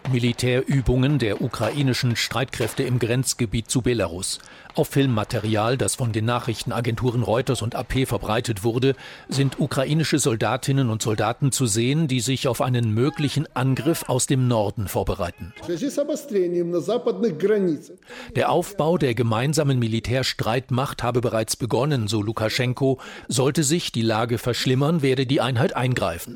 Militärübungen der ukrainischen Streitkräfte im Grenzgebiet zu Belarus. Auf Filmmaterial, das von den Nachrichtenagenturen Reuters und AP verbreitet wurde, sind ukrainische Soldatinnen und Soldaten zu sehen, die sich auf einen möglichen Angriff aus dem Norden vorbereiten. Der Aufbau der gemeinsamen Militärstreitmacht habe bereits begonnen, so Lukaschenko. Sollte sich die Lage verschlimmern, werde die Einheit eingreifen.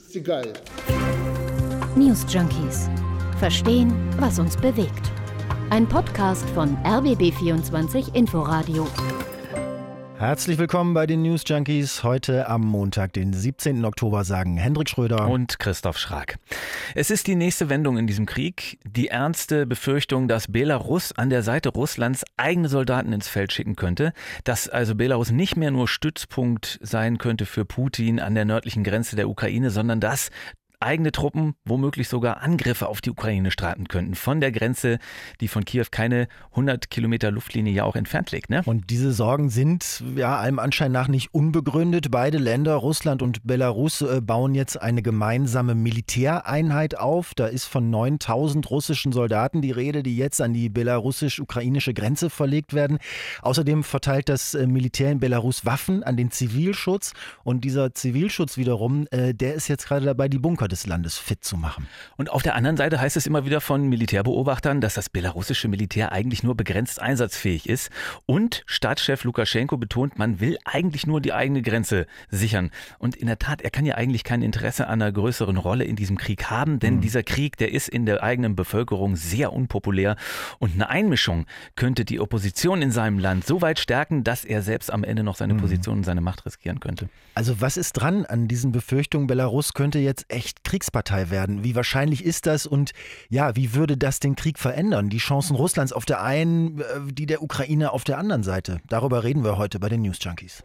News Junkies. Verstehen, was uns bewegt. Ein Podcast von RBB24 Inforadio. Herzlich willkommen bei den News Junkies. Heute am Montag, den 17. Oktober, sagen Hendrik Schröder und Christoph Schrag. Es ist die nächste Wendung in diesem Krieg. Die ernste Befürchtung, dass Belarus an der Seite Russlands eigene Soldaten ins Feld schicken könnte. Dass also Belarus nicht mehr nur Stützpunkt sein könnte für Putin an der nördlichen Grenze der Ukraine, sondern dass eigene Truppen womöglich sogar Angriffe auf die Ukraine starten könnten. Von der Grenze, die von Kiew keine 100 Kilometer Luftlinie ja auch entfernt liegt. Ne? Und diese Sorgen sind ja allem Anschein nach nicht unbegründet. Beide Länder, Russland und Belarus, bauen jetzt eine gemeinsame Militäreinheit auf. Da ist von 9.000 russischen Soldaten die Rede, die jetzt an die belarussisch-ukrainische Grenze verlegt werden. Außerdem verteilt das Militär in Belarus Waffen an den Zivilschutz. Und dieser Zivilschutz wiederum, der ist jetzt gerade dabei, die Bunker des Landes fit zu machen. Und auf der anderen Seite heißt es immer wieder von Militärbeobachtern, dass das belarussische Militär eigentlich nur begrenzt einsatzfähig ist. Und Staatschef Lukaschenko betont, man will eigentlich nur die eigene Grenze sichern. Und in der Tat, er kann ja eigentlich kein Interesse an einer größeren Rolle in diesem Krieg haben, denn dieser Krieg, der ist in der eigenen Bevölkerung sehr unpopulär. Und eine Einmischung könnte die Opposition in seinem Land so weit stärken, dass er selbst am Ende noch seine Position und seine Macht riskieren könnte. Also was ist dran an diesen Befürchtungen? Belarus könnte jetzt echt Kriegspartei werden. Wie wahrscheinlich ist das und ja, wie würde das den Krieg verändern? Die Chancen Russlands auf der einen, die der Ukraine auf der anderen Seite. Darüber reden wir heute bei den News Junkies.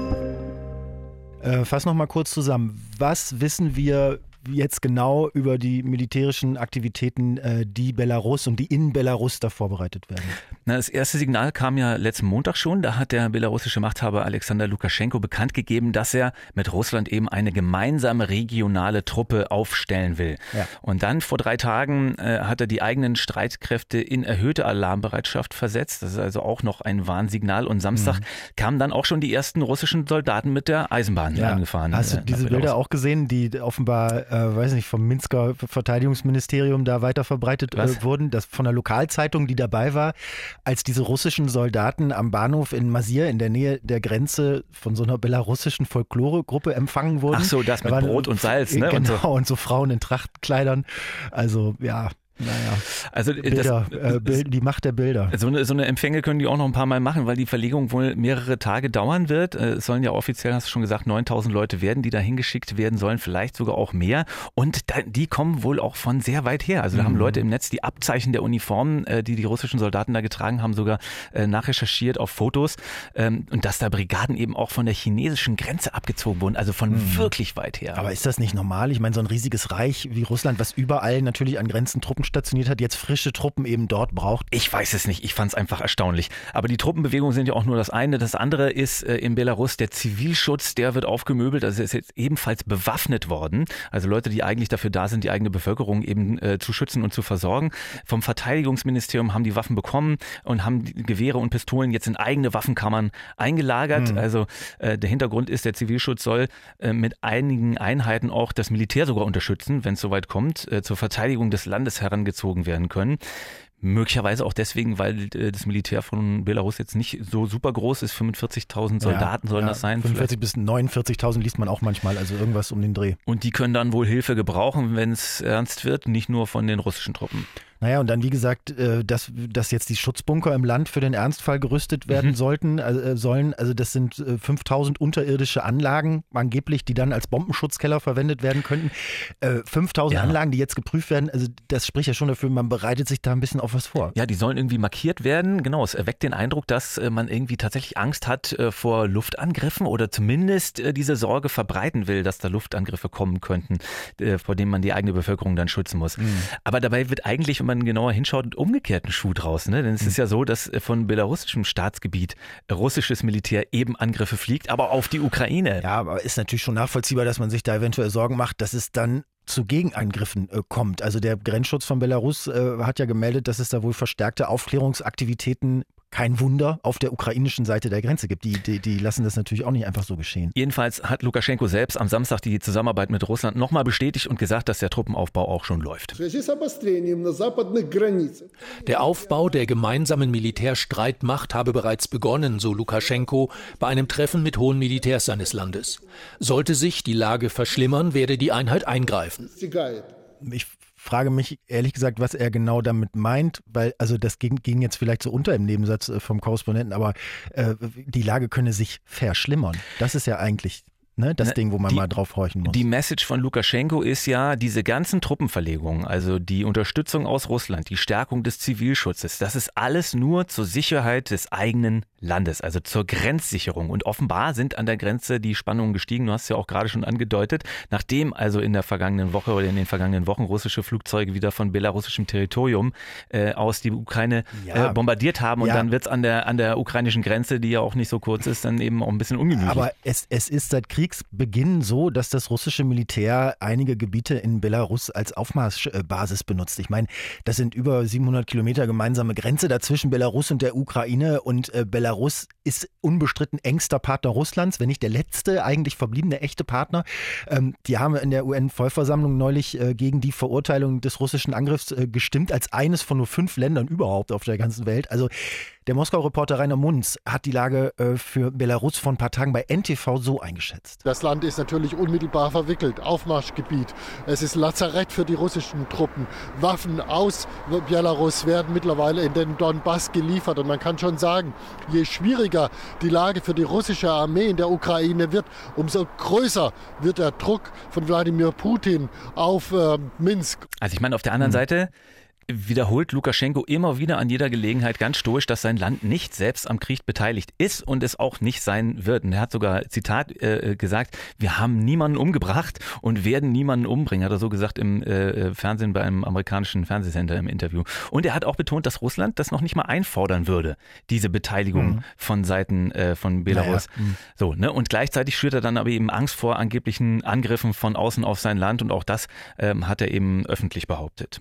Fass noch mal kurz zusammen. Was wissen wir jetzt genau über die militärischen Aktivitäten, die Belarus und die in Belarus da vorbereitet werden? Na, das erste Signal kam ja letzten Montag schon. Da hat der belarussische Machthaber Alexander Lukaschenko bekannt gegeben, dass er mit Russland eben eine gemeinsame regionale Truppe aufstellen will. Ja. Und dann vor 3 Tagen hat er die eigenen Streitkräfte in erhöhte Alarmbereitschaft versetzt. Das ist also auch noch ein Warnsignal. Und Samstag kamen dann auch schon die ersten russischen Soldaten mit der Eisenbahn angefahren. Hast du diese Bilder auch gesehen, die offenbar vom Minsker Verteidigungsministerium da weiter verbreitet wurden, das von der Lokalzeitung, die dabei war, als diese russischen Soldaten am Bahnhof in Masir in der Nähe der Grenze von so einer belarussischen Folkloregruppe empfangen wurden. Ach so, das mit Brot und Salz, ne? Genau, und so Frauen in Trachtkleidern. Also, ja. Naja, also Bilder, die Macht der Bilder. So eine Empfänge können die auch noch ein paar Mal machen, weil die Verlegung wohl mehrere Tage dauern wird. Es sollen ja offiziell, hast du schon gesagt, 9.000 Leute werden, die da hingeschickt werden sollen, vielleicht sogar auch mehr. Und die kommen wohl auch von sehr weit her. Also da haben Leute im Netz die Abzeichen der Uniformen, die russischen Soldaten da getragen haben, sogar nachrecherchiert auf Fotos. Und dass da Brigaden eben auch von der chinesischen Grenze abgezogen wurden, also von wirklich weit her. Aber ist das nicht normal? Ich meine, so ein riesiges Reich wie Russland, was überall natürlich an Grenzen Truppen stationiert hat, jetzt frische Truppen eben dort braucht? Ich weiß es nicht, ich fand es einfach erstaunlich. Aber die Truppenbewegungen sind ja auch nur das eine. Das andere ist in Belarus der Zivilschutz, der wird aufgemöbelt, also ist jetzt ebenfalls bewaffnet worden. Also Leute, die eigentlich dafür da sind, die eigene Bevölkerung eben zu schützen und zu versorgen. Vom Verteidigungsministerium haben die Waffen bekommen und haben die Gewehre und Pistolen jetzt in eigene Waffenkammern eingelagert. Also der Hintergrund ist, der Zivilschutz soll mit einigen Einheiten auch das Militär sogar unterstützen, wenn es soweit kommt, zur Verteidigung des Landes herangezogen werden können. Möglicherweise auch deswegen, weil das Militär von Belarus jetzt nicht so super groß ist. 45.000 Soldaten sollen das sein. 45.000 bis 49.000 liest man auch manchmal, also irgendwas um den Dreh. Und die können dann wohl Hilfe gebrauchen, wenn es ernst wird, nicht nur von den russischen Truppen. Naja, und dann wie gesagt, dass jetzt die Schutzbunker im Land für den Ernstfall gerüstet werden sollen. Also das sind 5.000 unterirdische Anlagen angeblich, die dann als Bombenschutzkeller verwendet werden könnten. 5.000 Anlagen, die jetzt geprüft werden, also das spricht ja schon dafür, man bereitet sich da ein bisschen auf was vor. Ja, die sollen irgendwie markiert werden. Genau, es erweckt den Eindruck, dass man irgendwie tatsächlich Angst hat vor Luftangriffen oder zumindest diese Sorge verbreiten will, dass da Luftangriffe kommen könnten, vor denen man die eigene Bevölkerung dann schützen muss. Aber dabei wird eigentlich, wenn man genauer hinschaut, einen umgekehrten Schuh draus. Ne? Denn es ist ja so, dass von belarussischem Staatsgebiet russisches Militär eben Angriffe fliegt, aber auf die Ukraine. Ja, aber ist natürlich schon nachvollziehbar, dass man sich da eventuell Sorgen macht, dass es dann zu Gegenangriffen kommt. Also der Grenzschutz von Belarus hat ja gemeldet, dass es da wohl verstärkte Aufklärungsaktivitäten, kein Wunder, auf der ukrainischen Seite der Grenze gibt. Die lassen das natürlich auch nicht einfach so geschehen. Jedenfalls hat Lukaschenko selbst am Samstag die Zusammenarbeit mit Russland nochmal bestätigt und gesagt, dass der Truppenaufbau auch schon läuft. Der Aufbau der gemeinsamen Militärstreitmacht habe bereits begonnen, so Lukaschenko, bei einem Treffen mit hohen Militärs seines Landes. Sollte sich die Lage verschlimmern, werde die Einheit eingreifen. Ich frage mich ehrlich gesagt, was er genau damit meint, weil, also das ging jetzt vielleicht so unter im Nebensatz vom Korrespondenten, aber die Lage könne sich verschlimmern. Das ist ja eigentlich das Ding, wo man mal drauf horchen muss. Die Message von Lukaschenko ist ja, diese ganzen Truppenverlegungen, also die Unterstützung aus Russland, die Stärkung des Zivilschutzes, das ist alles nur zur Sicherheit des eigenen Landes, also zur Grenzsicherung. Und offenbar sind an der Grenze die Spannungen gestiegen, du hast es ja auch gerade schon angedeutet, nachdem also in der vergangenen Woche oder in den vergangenen Wochen russische Flugzeuge wieder von belarussischem Territorium aus die Ukraine bombardiert haben und dann wird es an der ukrainischen Grenze, die ja auch nicht so kurz ist, dann eben auch ein bisschen ungemütlich. Aber es ist seit Kriegsbeginn so, dass das russische Militär einige Gebiete in Belarus als Aufmarschbasis benutzt. Ich meine, das sind über 700 Kilometer gemeinsame Grenze dazwischen Belarus und der Ukraine und Belarus ist unbestritten engster Partner Russlands, wenn nicht der letzte eigentlich verbliebene echte Partner. Die haben in der UN-Vollversammlung neulich gegen die Verurteilung des russischen Angriffs gestimmt, als eines von nur 5 Ländern überhaupt auf der ganzen Welt. Also der Moskau-Reporter Rainer Munz hat die Lage für Belarus vor ein paar Tagen bei NTV so eingeschätzt. Das Land ist natürlich unmittelbar verwickelt, Aufmarschgebiet. Es ist Lazarett für die russischen Truppen. Waffen aus Belarus werden mittlerweile in den Donbass geliefert. Und man kann schon sagen, je schwieriger die Lage für die russische Armee in der Ukraine wird, umso größer wird der Druck von Wladimir Putin auf Minsk. Also ich meine, auf der anderen Seite wiederholt Lukaschenko immer wieder an jeder Gelegenheit ganz stoisch, dass sein Land nicht selbst am Krieg beteiligt ist und es auch nicht sein wird. Und er hat sogar, Zitat, gesagt, wir haben niemanden umgebracht und werden niemanden umbringen, hat er so gesagt im Fernsehen bei einem amerikanischen Fernsehsender im Interview. Und er hat auch betont, dass Russland das noch nicht mal einfordern würde, diese Beteiligung von Seiten von Belarus. So, ne? Und gleichzeitig schürt er dann aber eben Angst vor angeblichen Angriffen von außen auf sein Land und auch das hat er eben öffentlich behauptet.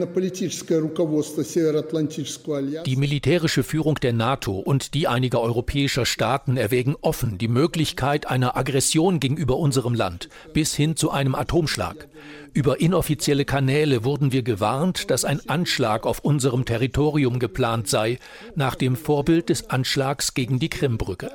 Die militärische Führung der NATO und die einiger europäischer Staaten erwägen offen die Möglichkeit einer Aggression gegenüber unserem Land bis hin zu einem Atomschlag. Über inoffizielle Kanäle wurden wir gewarnt, dass ein Anschlag auf unserem Territorium geplant sei, nach dem Vorbild des Anschlags gegen die Krimbrücke.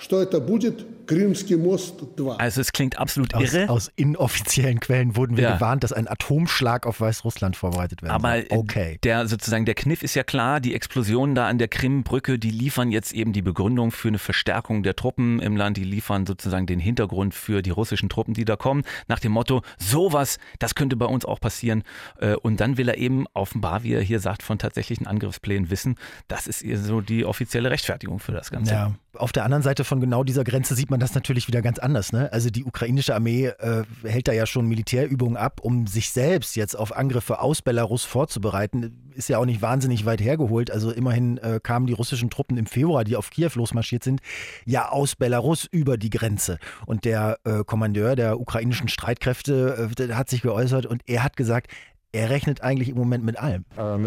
Also es klingt absolut irre. Aus inoffiziellen Quellen wurden wir gewarnt, dass ein Atomschlag auf Weißrussland vorbereitet werden soll. Aber der Kniff ist ja klar, die Explosionen da an der Krimbrücke, die liefern jetzt eben die Begründung für eine Verstärkung der Truppen im Land, die liefern sozusagen den Hintergrund für die russischen Truppen, die da kommen, nach dem Motto, sowas, das könnte bei uns auch passieren. Und dann will er eben offenbar, wie er hier sagt, von tatsächlichen Angriffsplänen wissen. Das ist so die offizielle Rechtfertigung für das Ganze. Ja. Auf der anderen Seite von genau dieser Grenze sieht man das natürlich wieder ganz anders. Ne? Also die ukrainische Armee hält da ja schon Militärübungen ab, um sich selbst jetzt auf Angriffe aus Belarus vorzubereiten. Ist ja auch nicht wahnsinnig weit hergeholt. Also immerhin kamen die russischen Truppen im Februar, die auf Kiew losmarschiert sind, ja aus Belarus über die Grenze. Und der Kommandeur der ukrainischen Streitkräfte hat sich geäußert und er hat gesagt, er rechnet eigentlich im Moment mit allem.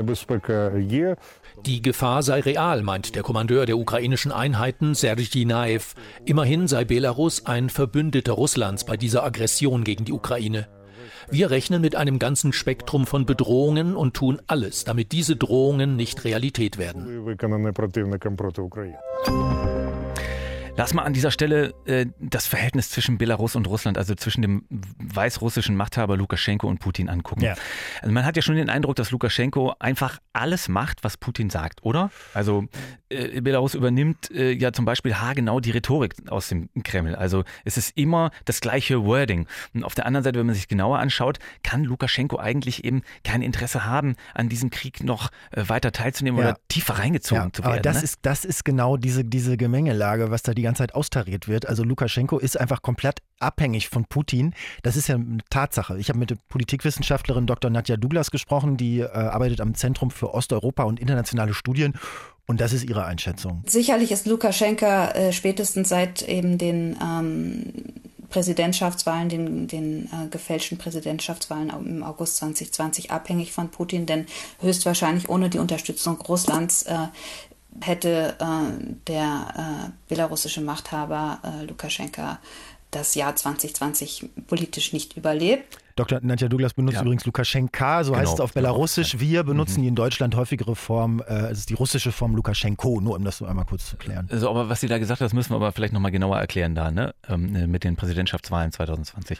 Die Gefahr sei real, meint der Kommandeur der ukrainischen Einheiten, Sergej Naev. Immerhin sei Belarus ein Verbündeter Russlands bei dieser Aggression gegen die Ukraine. Wir rechnen mit einem ganzen Spektrum von Bedrohungen und tun alles, damit diese Drohungen nicht Realität werden. Lass mal an dieser Stelle das Verhältnis zwischen Belarus und Russland, also zwischen dem weißrussischen Machthaber Lukaschenko und Putin angucken. Ja. Also man hat ja schon den Eindruck, dass Lukaschenko einfach alles macht, was Putin sagt, oder? Also Belarus übernimmt ja zum Beispiel haargenau die Rhetorik aus dem Kreml. Also es ist immer das gleiche Wording. Und auf der anderen Seite, wenn man sich genauer anschaut, kann Lukaschenko eigentlich eben kein Interesse haben, an diesem Krieg noch weiter teilzunehmen oder tiefer reingezogen zu werden. Aber das ist genau diese Gemengelage, was da die ganze Zeit austariert wird. Also Lukaschenko ist einfach komplett abhängig von Putin. Das ist ja eine Tatsache. Ich habe mit der Politikwissenschaftlerin Dr. Nadja Douglas gesprochen, die arbeitet am Zentrum für Osteuropa und internationale Studien. Und das ist ihre Einschätzung. Sicherlich ist Lukaschenka spätestens seit eben den Präsidentschaftswahlen, den gefälschten Präsidentschaftswahlen im August 2020 abhängig von Putin, denn höchstwahrscheinlich ohne die Unterstützung Russlands hätte der belarussische Machthaber Lukaschenka das Jahr 2020 politisch nicht überlebt. Dr. Nadja Douglas benutzt übrigens Lukaschenka, so heißt es auf Belarussisch. Wir benutzen die in Deutschland häufigere Form, es ist die russische Form Lukaschenko, nur um das so einmal kurz zu klären. Also, aber was sie da gesagt hat, das müssen wir aber vielleicht nochmal genauer erklären da, ne? Mit den Präsidentschaftswahlen 2020.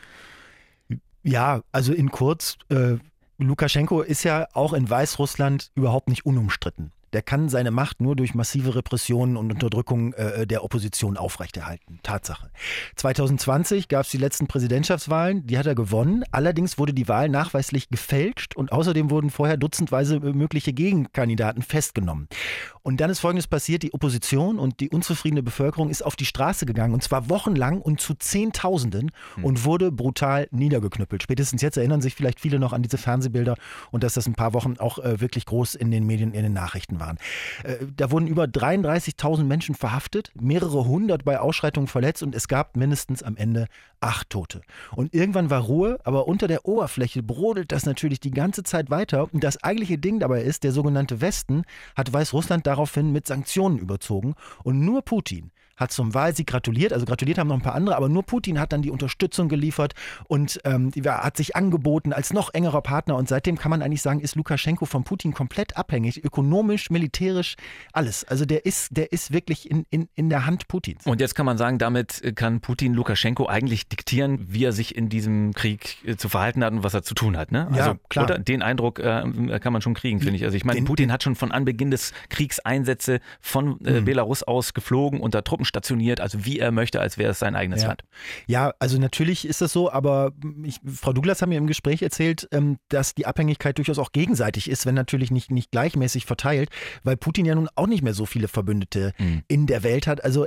Ja, also in kurz, Lukaschenko ist ja auch in Weißrussland überhaupt nicht unumstritten. Der kann seine Macht nur durch massive Repressionen und Unterdrückung der Opposition aufrechterhalten. Tatsache. 2020 gab es die letzten Präsidentschaftswahlen, die hat er gewonnen. Allerdings wurde die Wahl nachweislich gefälscht und außerdem wurden vorher dutzendweise mögliche Gegenkandidaten festgenommen. Und dann ist Folgendes passiert, die Opposition und die unzufriedene Bevölkerung ist auf die Straße gegangen und zwar wochenlang und zu Zehntausenden und wurde brutal niedergeknüppelt. Spätestens jetzt erinnern sich vielleicht viele noch an diese Fernsehbilder und dass das ein paar Wochen auch wirklich groß in den Medien, in den Nachrichten waren. Da wurden über 33.000 Menschen verhaftet, mehrere hundert bei Ausschreitungen verletzt und es gab mindestens am Ende 8 Tote. Und irgendwann war Ruhe, aber unter der Oberfläche brodelt das natürlich die ganze Zeit weiter. Und das eigentliche Ding dabei ist, der sogenannte Westen hat Weißrussland daraufhin mit Sanktionen überzogen und nur Putin hat zum Wahlsieg gratuliert, also gratuliert haben noch ein paar andere, aber nur Putin hat dann die Unterstützung geliefert und hat sich angeboten als noch engerer Partner und seitdem kann man eigentlich sagen, ist Lukaschenko von Putin komplett abhängig, ökonomisch, militärisch, alles. Also der ist wirklich in der Hand Putins. Und jetzt kann man sagen, damit kann Putin Lukaschenko eigentlich diktieren, wie er sich in diesem Krieg zu verhalten hat und was er zu tun hat, ne? Also, ja, klar. Oder? Den Eindruck kann man schon kriegen, finde ich. Also ich meine, Putin hat schon von Anbeginn des Kriegs Einsätze von Belarus aus geflogen, unter Truppen stationiert, also wie er möchte, als wäre es sein eigenes Land. Ja, also natürlich ist das so, aber Frau Douglas hat mir im Gespräch erzählt, dass die Abhängigkeit durchaus auch gegenseitig ist, wenn natürlich nicht gleichmäßig verteilt, weil Putin ja nun auch nicht mehr so viele Verbündete in der Welt hat. Also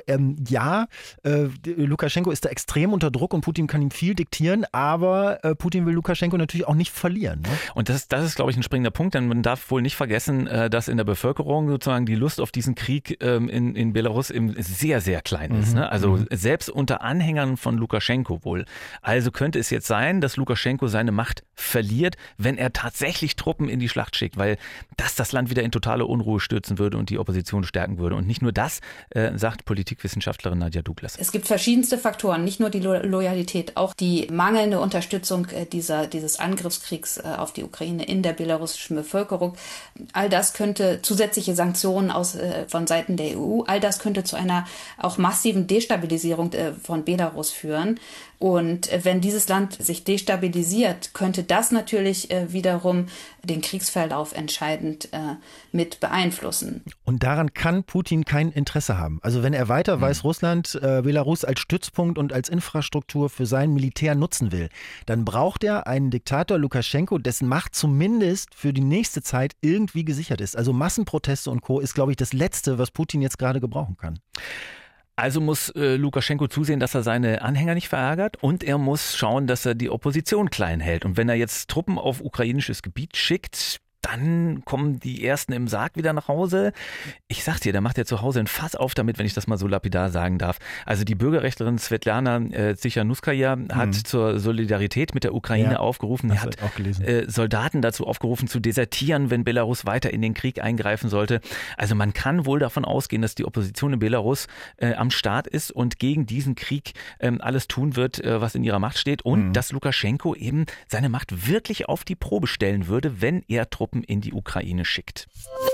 Lukaschenko ist da extrem unter Druck und Putin kann ihm viel diktieren, aber Putin will Lukaschenko natürlich auch nicht verlieren. Ne? Und das ist, glaube ich, ein springender Punkt, denn man darf wohl nicht vergessen, dass in der Bevölkerung sozusagen die Lust auf diesen Krieg in Belarus sehr, sehr klein ist. Ne? Also selbst unter Anhängern von Lukaschenko wohl. Also könnte es jetzt sein, dass Lukaschenko seine Macht verliert, wenn er tatsächlich Truppen in die Schlacht schickt, weil das Land wieder in totale Unruhe stürzen würde und die Opposition stärken würde. Und nicht nur das, sagt Politikwissenschaftlerin Nadja Douglas. Es gibt verschiedenste Faktoren, nicht nur die Loyalität, auch die mangelnde Unterstützung dieses Angriffskriegs auf die Ukraine in der belarussischen Bevölkerung. All das könnte, zusätzliche Sanktionen von Seiten der EU, all das könnte zu einer auch massiven Destabilisierung von Belarus führen. Und wenn dieses Land sich destabilisiert, könnte das natürlich wiederum den Kriegsverlauf entscheidend mit beeinflussen. Und daran kann Putin kein Interesse haben. Also wenn er weiter Weißrussland, Belarus als Stützpunkt und als Infrastruktur für sein Militär nutzen will, dann braucht er einen Diktator Lukaschenko, dessen Macht zumindest für die nächste Zeit irgendwie gesichert ist. Also Massenproteste und Co. ist, glaube ich, das Letzte, was Putin jetzt gerade gebrauchen kann. Also muss Lukaschenko zusehen, dass er seine Anhänger nicht verärgert und er muss schauen, dass er die Opposition klein hält. Und wenn er jetzt Truppen auf ukrainisches Gebiet schickt, dann kommen die Ersten im Sarg wieder nach Hause. Ich sag dir, da macht er zu Hause ein Fass auf damit, wenn ich das mal so lapidar sagen darf. Also die Bürgerrechtlerin Svetlana Tsikhanouskaya hat zur Solidarität mit der Ukraine aufgerufen. Sie hat Soldaten dazu aufgerufen zu desertieren, wenn Belarus weiter in den Krieg eingreifen sollte. Also man kann wohl davon ausgehen, dass die Opposition in Belarus am Start ist und gegen diesen Krieg alles tun wird, was in ihrer Macht steht. Und dass Lukaschenko eben seine Macht wirklich auf die Probe stellen würde, wenn er Truppen in die Ukraine schickt.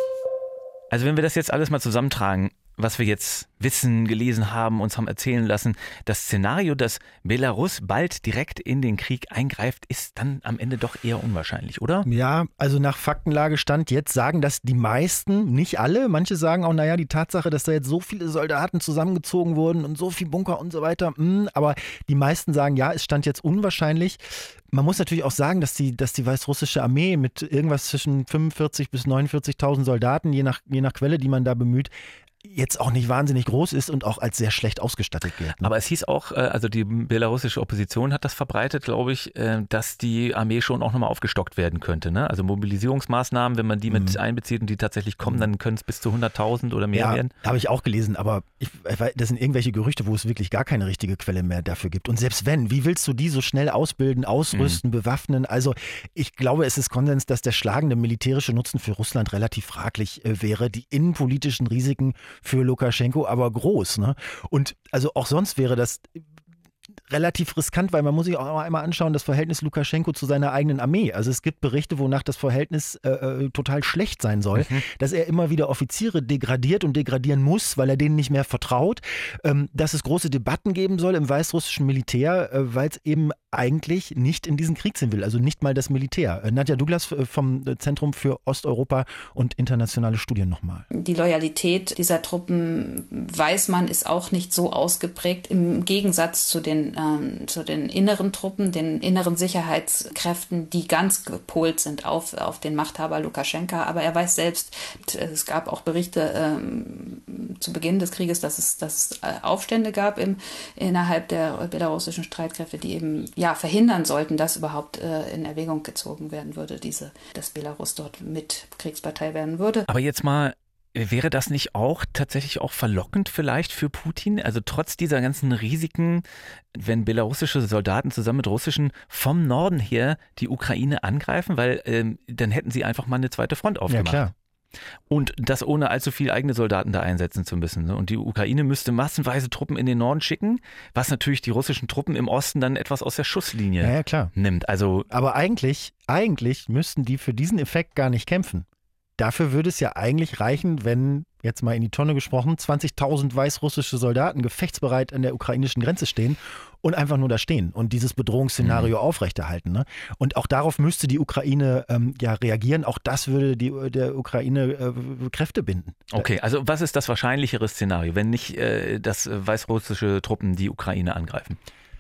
Also wenn wir das jetzt alles mal zusammentragen, was wir jetzt wissen, gelesen haben, uns haben erzählen lassen, das Szenario, dass Belarus bald direkt in den Krieg eingreift, ist dann am Ende doch eher unwahrscheinlich, oder? Ja, also nach Faktenlagestand jetzt sagen das die meisten, nicht alle. Manche sagen auch, naja, die Tatsache, dass da jetzt so viele Soldaten zusammengezogen wurden und so viel Bunker und so weiter, aber die meisten sagen, ja, es stand jetzt unwahrscheinlich. Man muss natürlich auch sagen, dass die weißrussische Armee mit irgendwas zwischen 45.000 bis 49.000 Soldaten, je nach Quelle, die man da bemüht, jetzt auch nicht wahnsinnig groß ist und auch als sehr schlecht ausgestattet gilt. Ne? Aber es hieß auch, also die belarussische Opposition hat das verbreitet, glaube ich, dass die Armee schon auch nochmal aufgestockt werden könnte. Ne? Also Mobilisierungsmaßnahmen, wenn man die mit einbezieht und die tatsächlich kommen, dann können es bis zu 100.000 oder mehr werden. Ja, habe ich auch gelesen, aber das sind irgendwelche Gerüchte, wo es wirklich gar keine richtige Quelle mehr dafür gibt. Und selbst wenn, wie willst du die so schnell ausbilden, ausrüsten, bewaffnen? Also ich glaube, es ist Konsens, dass der schlagende militärische Nutzen für Russland relativ fraglich wäre. Die innenpolitischen Risiken für Lukaschenko aber groß. Ne? Und also auch sonst wäre das relativ riskant, weil man muss sich auch einmal anschauen, das Verhältnis Lukaschenko zu seiner eigenen Armee. Also es gibt Berichte, wonach das Verhältnis total schlecht sein soll, dass er immer wieder Offiziere degradiert und degradieren muss, weil er denen nicht mehr vertraut, dass es große Debatten geben soll im weißrussischen Militär, weil es eben eigentlich nicht in diesen Krieg ziehen will, also nicht mal das Militär. Nadja Douglas vom Zentrum für Osteuropa und internationale Studien nochmal. Die Loyalität dieser Truppen, weiß man, ist auch nicht so ausgeprägt im Gegensatz zu den inneren Truppen, den inneren Sicherheitskräften, die ganz gepolt sind auf den Machthaber Lukaschenko. Aber er weiß selbst, es gab auch Berichte zu Beginn des Krieges, dass es Aufstände gab innerhalb der belarussischen Streitkräfte, die eben verhindern sollten, dass überhaupt in Erwägung gezogen werden würde, dass Belarus dort mit Kriegspartei werden würde. Aber jetzt mal, wäre das nicht auch tatsächlich auch verlockend vielleicht für Putin? Also trotz dieser ganzen Risiken, wenn belarussische Soldaten zusammen mit russischen vom Norden her die Ukraine angreifen, weil dann hätten sie einfach mal eine zweite Front aufgemacht. Ja, klar. Und das ohne allzu viel eigene Soldaten da einsetzen zu müssen. Und die Ukraine müsste massenweise Truppen in den Norden schicken, was natürlich die russischen Truppen im Osten dann etwas aus der Schusslinie nimmt. Also, aber eigentlich müssten die für diesen Effekt gar nicht kämpfen. Dafür würde es ja eigentlich reichen, wenn, jetzt mal in die Tonne gesprochen, 20.000 weißrussische Soldaten gefechtsbereit an der ukrainischen Grenze stehen und einfach nur da stehen und dieses Bedrohungsszenario aufrechterhalten. Ne? Und auch darauf müsste die Ukraine reagieren. Auch das würde der Ukraine Kräfte binden. Okay, also was ist das wahrscheinlichere Szenario, wenn nicht dass weißrussische Truppen die Ukraine angreifen?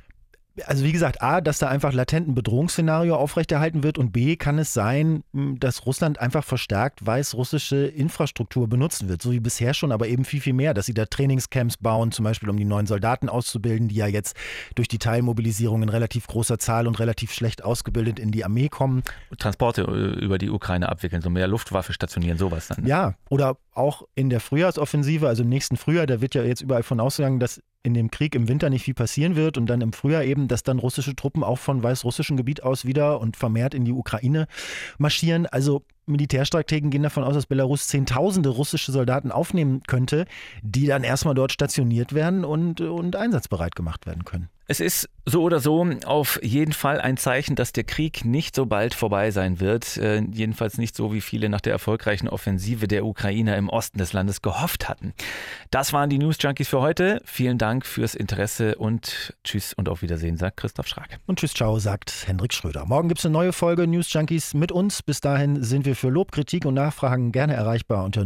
Also wie gesagt, A, dass da einfach latent ein Bedrohungsszenario aufrechterhalten wird und B, kann es sein, dass Russland einfach verstärkt weißrussische Infrastruktur benutzen wird, so wie bisher schon, aber eben viel, viel mehr, dass sie da Trainingscamps bauen, zum Beispiel um die neuen Soldaten auszubilden, die ja jetzt durch die Teilmobilisierung in relativ großer Zahl und relativ schlecht ausgebildet in die Armee kommen. Transporte über die Ukraine abwickeln, so mehr Luftwaffe stationieren, sowas dann. Ne? Ja, oder auch in der Frühjahrsoffensive, also im nächsten Frühjahr, da wird ja jetzt überall von ausgegangen, dass in dem Krieg im Winter nicht viel passieren wird und dann im Frühjahr eben, dass dann russische Truppen auch von weißrussischem Gebiet aus wieder und vermehrt in die Ukraine marschieren. Also Militärstrategen gehen davon aus, dass Belarus Zehntausende russische Soldaten aufnehmen könnte, die dann erstmal dort stationiert werden und einsatzbereit gemacht werden können. Es ist so oder so auf jeden Fall ein Zeichen, dass der Krieg nicht so bald vorbei sein wird. Jedenfalls nicht so, wie viele nach der erfolgreichen Offensive der Ukrainer im Osten des Landes gehofft hatten. Das waren die News Junkies für heute. Vielen Dank fürs Interesse und tschüss und auf Wiedersehen, sagt Christoph Schrag. Und tschüss, ciao, sagt Hendrik Schröder. Morgen gibt es eine neue Folge News Junkies mit uns. Bis dahin sind wir für Lob, Kritik und Nachfragen gerne erreichbar unter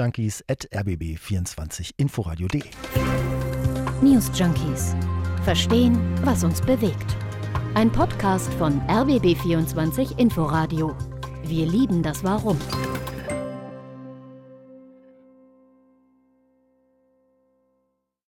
newsjunkies@rbb24inforadio.de. News Junkies. Verstehen, was uns bewegt. Ein Podcast von RBB24 Inforadio. Wir lieben das Warum.